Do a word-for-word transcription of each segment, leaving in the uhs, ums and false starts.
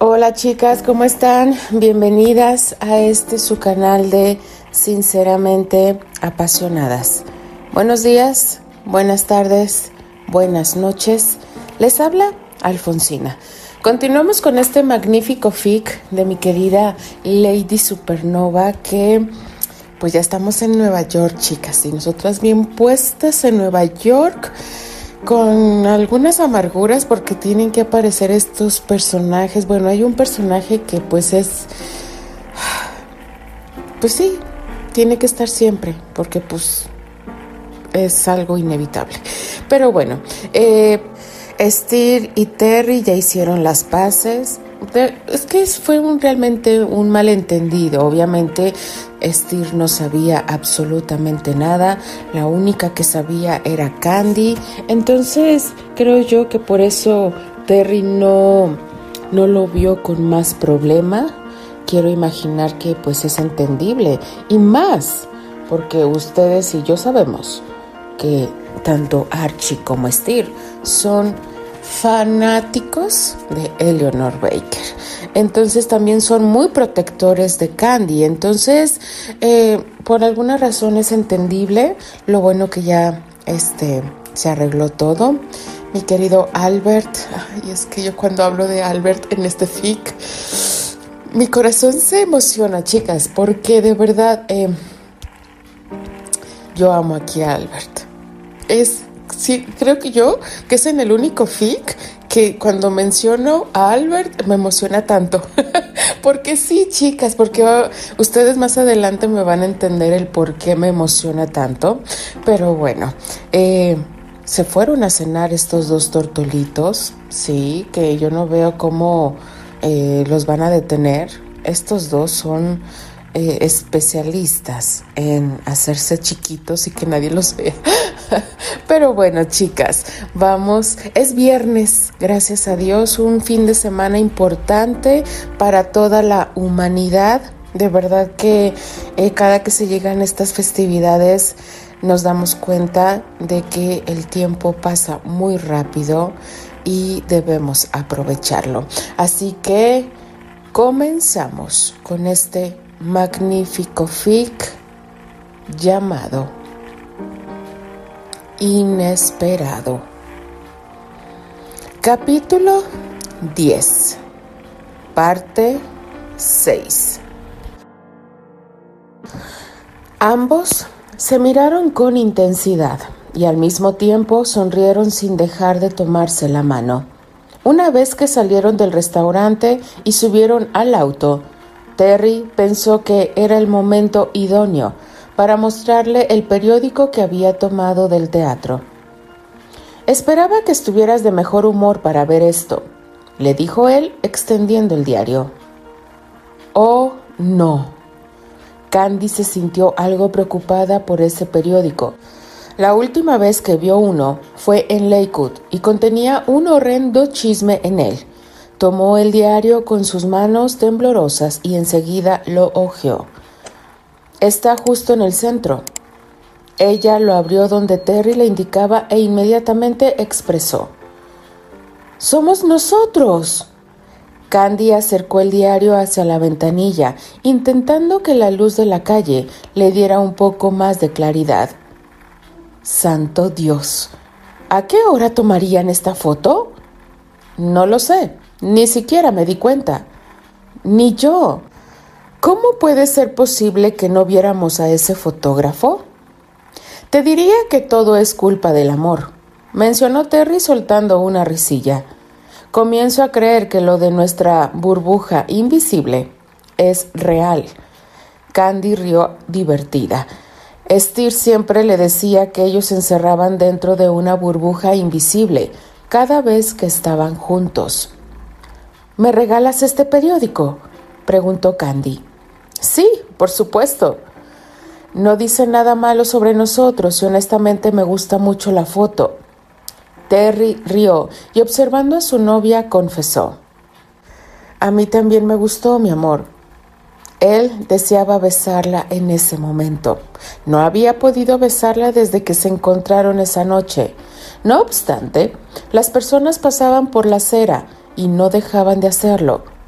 Hola chicas, ¿cómo están? Bienvenidas a este su canal de Sinceramente Apasionadas. Buenos días, buenas tardes, buenas noches. Les habla Alfonsina. Continuamos con este magnífico fic de mi querida Lady Supernova que pues ya estamos en Nueva York, chicas, y nosotras bien puestas en Nueva York, con algunas amarguras porque tienen que aparecer estos personajes. Bueno, hay un personaje que pues es, pues sí, tiene que estar siempre porque pues es algo inevitable. Pero bueno, eh, Esther y Terry ya hicieron las paces. Es que fue un, realmente un malentendido. Obviamente Esther no sabía absolutamente nada, la única que sabía era Candy. Entonces creo yo que por eso Terry no, no lo vio con más problema. Quiero imaginar que pues es entendible, y más porque ustedes y yo sabemos que tanto Archie como Esther son fanáticos de Eleanor Baker. Entonces también son muy protectores de Candy. Entonces eh, por alguna razón es entendible. Lo bueno que ya este, se arregló todo. Mi querido Albert, ay, es que yo cuando hablo de Albert en este fic, mi corazón se emociona, chicas, porque de verdad eh, yo amo aquí a Albert. Es Sí, creo que yo, que es en el único fic que cuando menciono a Albert me emociona tanto. Porque sí, chicas, porque uh, ustedes más adelante me van a entender el por qué me emociona tanto. Pero bueno, eh, se fueron a cenar estos dos tortolitos, sí, que yo no veo cómo eh, los van a detener. Estos dos son eh, especialistas en hacerse chiquitos y que nadie los vea. Pero bueno, chicas, vamos, es viernes, gracias a Dios, un fin de semana importante para toda la humanidad. De verdad que eh, cada que se llegan estas festividades nos damos cuenta de que el tiempo pasa muy rápido y debemos aprovecharlo. Así que comenzamos con este magnífico fic llamado Inesperado. Capítulo diez, parte seis. Ambos se miraron con intensidad y al mismo tiempo sonrieron sin dejar de tomarse la mano. Una vez que salieron del restaurante y subieron al auto, Terry pensó que era el momento idóneo para mostrarle el periódico que había tomado del teatro. «Esperaba que estuvieras de mejor humor para ver esto», le dijo él, extendiendo el diario. «Oh, no». Candy se sintió algo preocupada por ese periódico. La última vez que vio uno fue en Lakewood y contenía un horrendo chisme en él. Tomó el diario con sus manos temblorosas y enseguida lo hojeó. «Está justo en el centro». Ella lo abrió donde Terry le indicaba e inmediatamente expresó: «¡Somos nosotros!». Candy acercó el diario hacia la ventanilla, intentando que la luz de la calle le diera un poco más de claridad. «¡Santo Dios! ¿A qué hora tomarían esta foto?». «No lo sé, ni siquiera me di cuenta». «Ni yo. ¿Cómo puede ser posible que no viéramos a ese fotógrafo?». «Te diría que todo es culpa del amor», mencionó Terry soltando una risilla. «Comienzo a creer que lo de nuestra burbuja invisible es real». Candy rió divertida. Esther siempre le decía que ellos se encerraban dentro de una burbuja invisible cada vez que estaban juntos. «¿Me regalas este periódico?», preguntó Candy. «Sí, por supuesto. No dice nada malo sobre nosotros y honestamente me gusta mucho la foto». Terry rió y observando a su novia confesó: «A mí también me gustó, mi amor». Él deseaba besarla en ese momento. No había podido besarla desde que se encontraron esa noche. No obstante, las personas pasaban por la acera y no dejaban de hacerlo.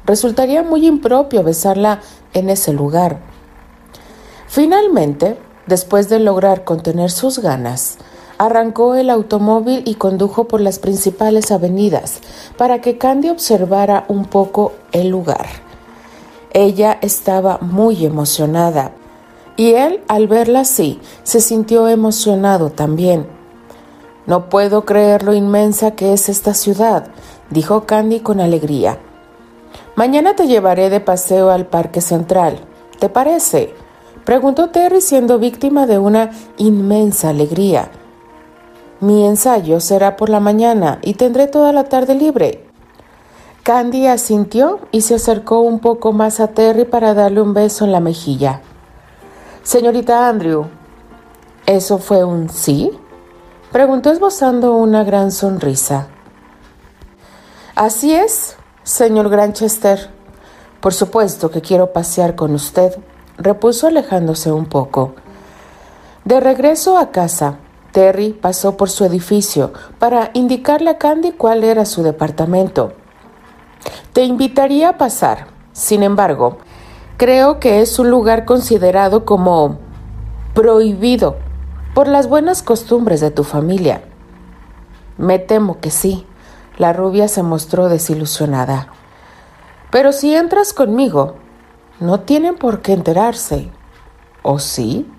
Resultaría muy impropio besarla en ese lugar. Finalmente, después de lograr contener sus ganas, arrancó el automóvil y condujo por las principales avenidas para que Candy observara un poco el lugar. Ella estaba muy emocionada y él, al verla así, se sintió emocionado también. «No puedo creer lo inmensa que es esta ciudad», dijo Candy con alegría. «Mañana te llevaré de paseo al Parque Central. ¿Te parece?», preguntó Terry, siendo víctima de una inmensa alegría. «Mi ensayo será por la mañana y tendré toda la tarde libre». Candy asintió y se acercó un poco más a Terry para darle un beso en la mejilla. «Señorita Andrew». «¿Eso fue un sí?», preguntó esbozando una gran sonrisa. «Así es, señor Granchester. Por supuesto que quiero pasear con usted», repuso alejándose un poco. De regreso a casa, Terry pasó por su edificio para indicarle a Candy cuál era su departamento. «Te invitaría a pasar. Sin embargo, creo que es un lugar considerado como prohibido por las buenas costumbres de tu familia». «Me temo que sí», la rubia se mostró desilusionada. «Pero si entras conmigo, no tienen por qué enterarse, ¿o sí?».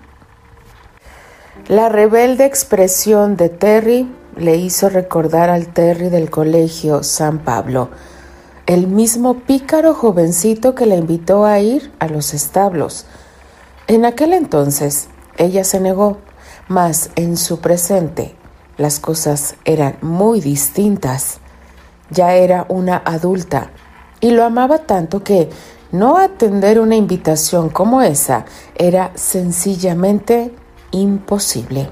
La rebelde expresión de Terry le hizo recordar al Terry del colegio San Pablo, el mismo pícaro jovencito que la invitó a ir a los establos. En aquel entonces, ella se negó, mas en su presente las cosas eran muy distintas. Ya era una adulta y lo amaba tanto que no atender una invitación como esa era sencillamente imposible.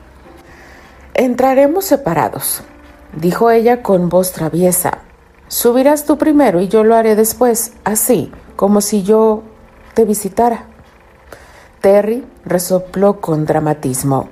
«Entraremos separados», dijo ella con voz traviesa. «Subirás tú primero y yo lo haré después, así como si yo te visitara». Terry resopló con dramatismo.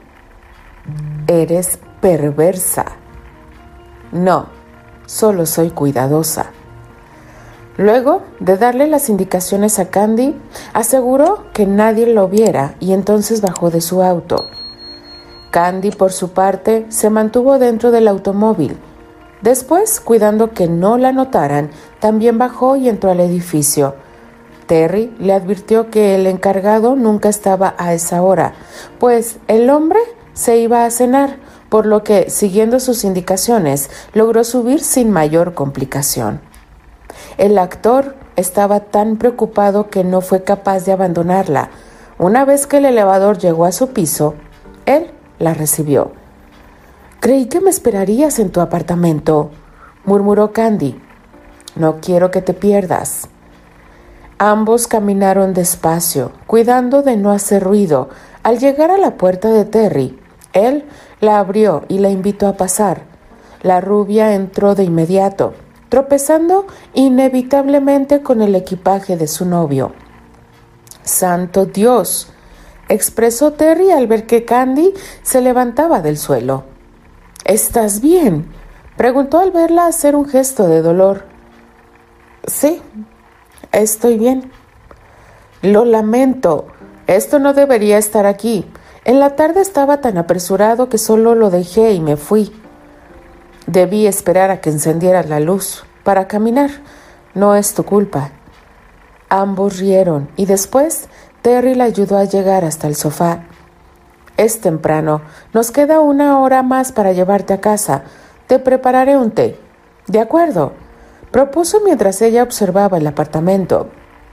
«Eres perversa». «No, solo soy cuidadosa». Luego de darle las indicaciones a Candy, aseguró que nadie lo viera y entonces bajó de su auto. Candy, por su parte, se mantuvo dentro del automóvil. Después, cuidando que no la notaran, también bajó y entró al edificio. Terry le advirtió que el encargado nunca estaba a esa hora, pues el hombre se iba a cenar, por lo que, siguiendo sus indicaciones, logró subir sin mayor complicación. El actor estaba tan preocupado que no fue capaz de abandonarla. Una vez que el elevador llegó a su piso, él la recibió. «Creí que me esperarías en tu apartamento», murmuró Candy. «No quiero que te pierdas». Ambos caminaron despacio, cuidando de no hacer ruido. Al llegar a la puerta de Terry, él la abrió y la invitó a pasar. La rubia entró de inmediato, tropezando inevitablemente con el equipaje de su novio. «¡Santo Dios!», expresó Terry al ver que Candy se levantaba del suelo. «¿Estás bien?», preguntó al verla hacer un gesto de dolor. «Sí, estoy bien». «Lo lamento, esto no debería estar aquí. En la tarde estaba tan apresurado que solo lo dejé y me fui. Debí esperar a que encendieras la luz para caminar. No es tu culpa». Ambos rieron y después Terry la ayudó a llegar hasta el sofá. «Es temprano. Nos queda una hora más para llevarte a casa. Te prepararé un té». «De acuerdo», propuso mientras ella observaba el apartamento.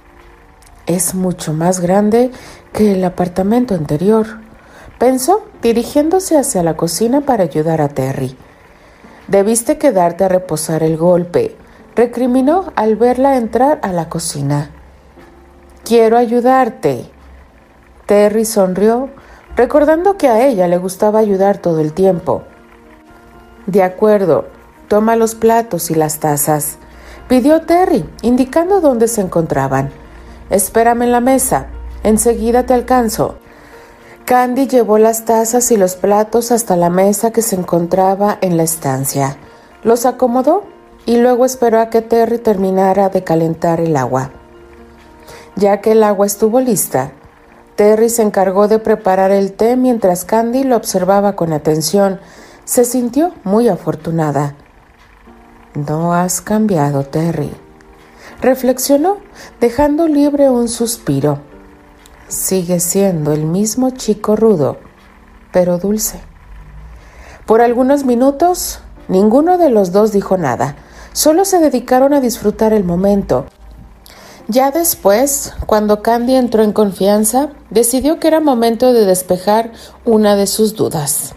«Es mucho más grande que el apartamento anterior», pensó, dirigiéndose hacia la cocina para ayudar a Terry. «Debiste quedarte a reposar el golpe», recriminó al verla entrar a la cocina. «Quiero ayudarte». Terry sonrió, recordando que a ella le gustaba ayudar todo el tiempo. «De acuerdo, toma los platos y las tazas», pidió Terry, indicando dónde se encontraban. «Espérame en la mesa, enseguida te alcanzo». Candy llevó las tazas y los platos hasta la mesa que se encontraba en la estancia. Los acomodó y luego esperó a que Terry terminara de calentar el agua. Ya que el agua estuvo lista, Terry se encargó de preparar el té mientras Candy lo observaba con atención. Se sintió muy afortunada. «No has cambiado, Terry», reflexionó, dejando libre un suspiro. «Sigue siendo el mismo chico rudo, pero dulce». Por algunos minutos, ninguno de los dos dijo nada. Solo se dedicaron a disfrutar el momento. Ya después, cuando Candy entró en confianza, decidió que era momento de despejar una de sus dudas.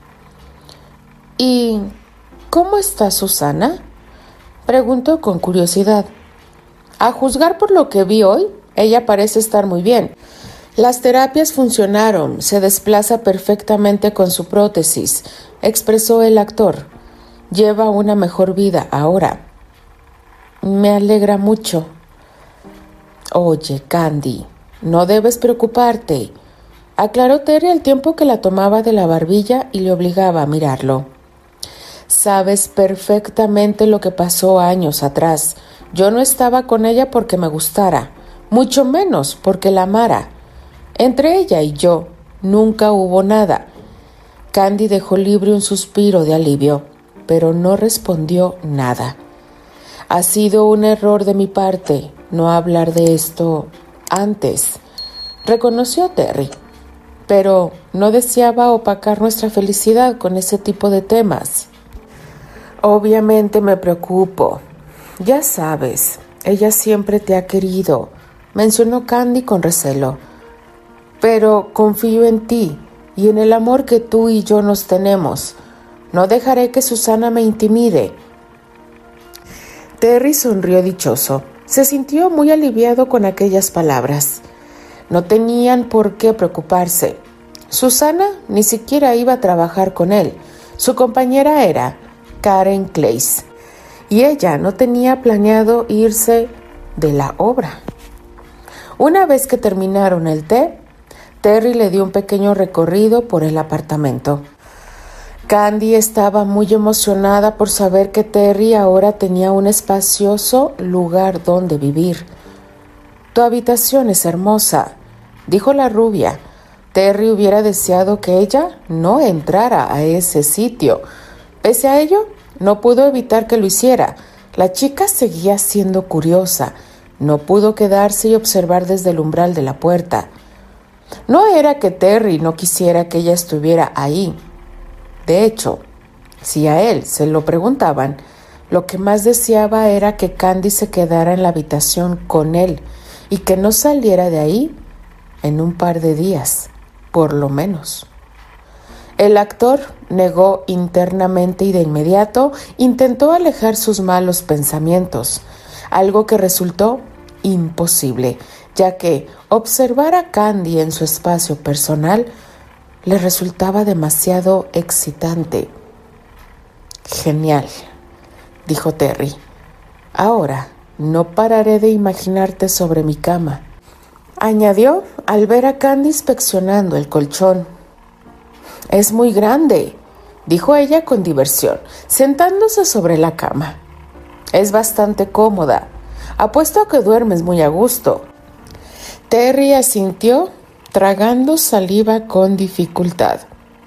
«¿Y cómo está Susana?», preguntó con curiosidad. «A juzgar por lo que vi hoy, ella parece estar muy bien. Las terapias funcionaron, se desplaza perfectamente con su prótesis», expresó el actor. «Lleva una mejor vida ahora». «Me alegra mucho». «Oye, Candy, no debes preocuparte», aclaró Terry al tiempo que la tomaba de la barbilla y le obligaba a mirarlo. «Sabes perfectamente lo que pasó años atrás. Yo no estaba con ella porque me gustara, mucho menos porque la amara. Entre ella y yo nunca hubo nada». Candy dejó libre un suspiro de alivio, pero no respondió nada. «Ha sido un error de mi parte no hablar de esto antes», reconoció Terry, «pero no deseaba opacar nuestra felicidad con ese tipo de temas». «Obviamente me preocupo. Ya sabes, ella siempre te ha querido», mencionó Candy con recelo. «Pero confío en ti y en el amor que tú y yo nos tenemos. No dejaré que Susana me intimide». Terry sonrió dichoso. Se sintió muy aliviado con aquellas palabras. No tenían por qué preocuparse. Susana ni siquiera iba a trabajar con él. Su compañera era Karen Clays, y ella no tenía planeado irse de la obra. Una vez que terminaron el té, Terry le dio un pequeño recorrido por el apartamento. Candy estaba muy emocionada por saber que Terry ahora tenía un espacioso lugar donde vivir. «Tu habitación es hermosa», dijo la rubia. Terry hubiera deseado que ella no entrara a ese sitio. Pese a ello, no pudo evitar que lo hiciera. La chica seguía siendo curiosa. No pudo quedarse y observar desde el umbral de la puerta. No era que Terry no quisiera que ella estuviera ahí. De hecho, si a él se lo preguntaban, lo que más deseaba era que Candy se quedara en la habitación con él y que no saliera de ahí en un par de días, por lo menos. El actor negó internamente y de inmediato intentó alejar sus malos pensamientos, algo que resultó imposible, ya que observar a Candy en su espacio personal le resultaba demasiado excitante. «Genial», dijo Terry. «Ahora no pararé de imaginarte sobre mi cama», añadió al ver a Candy inspeccionando el colchón. «Es muy grande», dijo ella con diversión, sentándose sobre la cama. «Es bastante cómoda. Apuesto a que duermes muy a gusto». Terry asintió, tragando saliva con dificultad.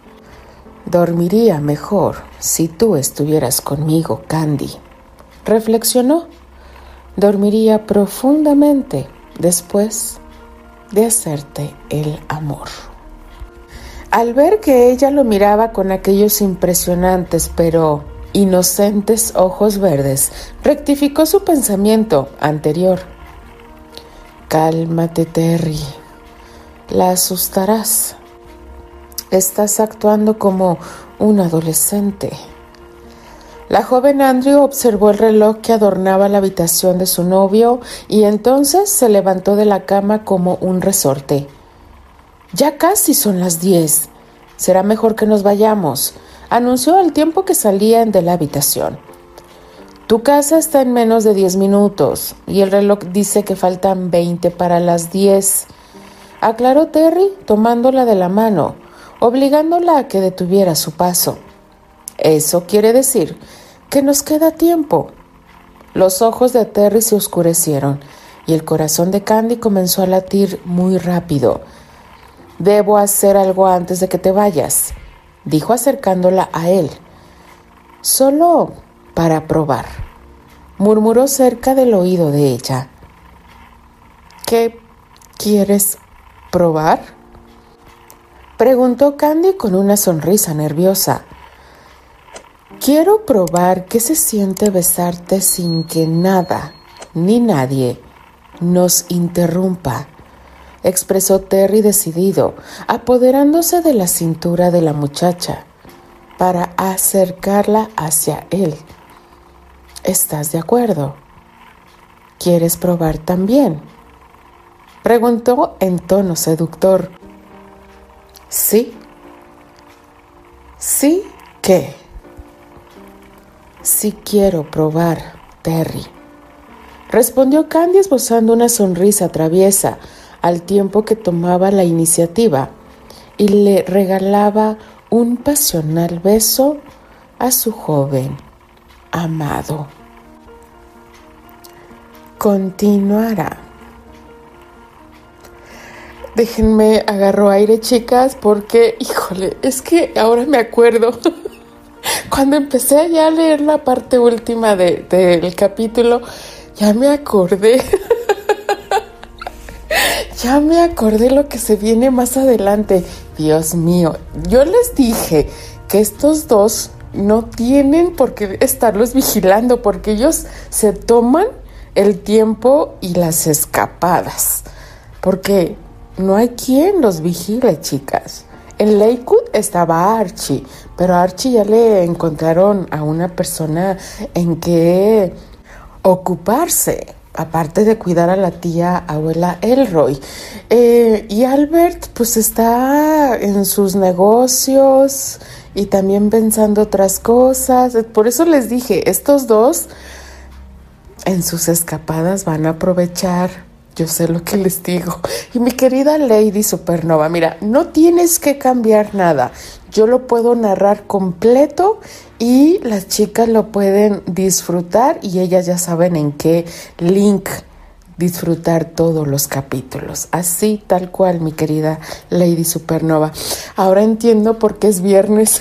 «Dormiría mejor si tú estuvieras conmigo, Candy», reflexionó. «Dormiría profundamente después de hacerte el amor». Al ver que ella lo miraba con aquellos impresionantes pero inocentes ojos verdes, rectificó su pensamiento anterior. «Cálmate, Terry. La asustarás. Estás actuando como un adolescente». La joven Andrew observó el reloj que adornaba la habitación de su novio y entonces se levantó de la cama como un resorte. «Ya casi son las diez. Será mejor que nos vayamos», anunció al tiempo que salían de la habitación. «Tu casa está en menos de diez minutos y el reloj dice que faltan veinte para las diez», aclaró Terry tomándola de la mano, obligándola a que detuviera su paso. «Eso quiere decir que nos queda tiempo. Los ojos de Terry se oscurecieron y el corazón de Candy comenzó a latir muy rápido. «Debo hacer algo antes de que te vayas», dijo acercándola a él. «Solo para probar», murmuró cerca del oído de ella. «¿Qué quieres probar?», preguntó Candy con una sonrisa nerviosa. «Quiero probar qué se siente besarte sin que nada ni nadie nos interrumpa», expresó Terry decidido, apoderándose de la cintura de la muchacha para acercarla hacia él. «¿Estás de acuerdo? ¿Quieres probar también?», preguntó en tono seductor. «Sí». «¿Sí qué?». «Sí quiero probar, Terry», respondió Candy esbozando una sonrisa traviesa al tiempo que tomaba la iniciativa y le regalaba un pasional beso a su joven amado. Continuará. Déjenme agarro aire, chicas, porque, híjole, es que ahora me acuerdo. Cuando empecé ya a leer la parte última de, del capítulo, ya me acordé. Ya me acordé lo que se viene más adelante. Dios mío, yo les dije que estos dos no tienen por qué estarlos vigilando, porque ellos se toman el tiempo y las escapadas, porque no hay quien los vigile, chicas. En Lakewood estaba Archie, pero a Archie ya le encontraron a una persona en que ocuparse, aparte de cuidar a la tía abuela Elroy. Eh, y Albert pues está en sus negocios y también pensando otras cosas. Por eso les dije, estos dos en sus escapadas van a aprovechar. Yo sé lo que les digo. Y mi querida Lady Supernova, mira, no tienes que cambiar nada. Yo lo puedo narrar completo y las chicas lo pueden disfrutar y ellas ya saben en qué link disfrutar todos los capítulos. Así, tal cual, mi querida Lady Supernova. Ahora entiendo por qué es viernes.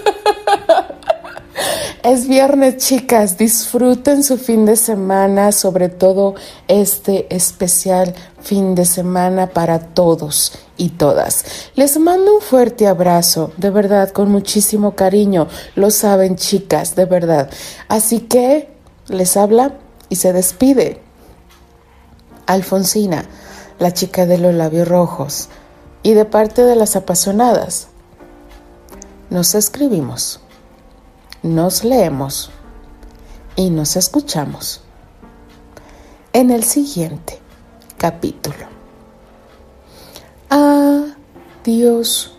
Es viernes, chicas, disfruten su fin de semana, sobre todo este especial fin de semana para todos y todas. Les mando un fuerte abrazo, de verdad, con muchísimo cariño, lo saben, chicas, de verdad. Así que les habla y se despide Alfonsina, la chica de los labios rojos, y de parte de las apasionadas, nos escribimos. Nos leemos y nos escuchamos en el siguiente capítulo. Adiós.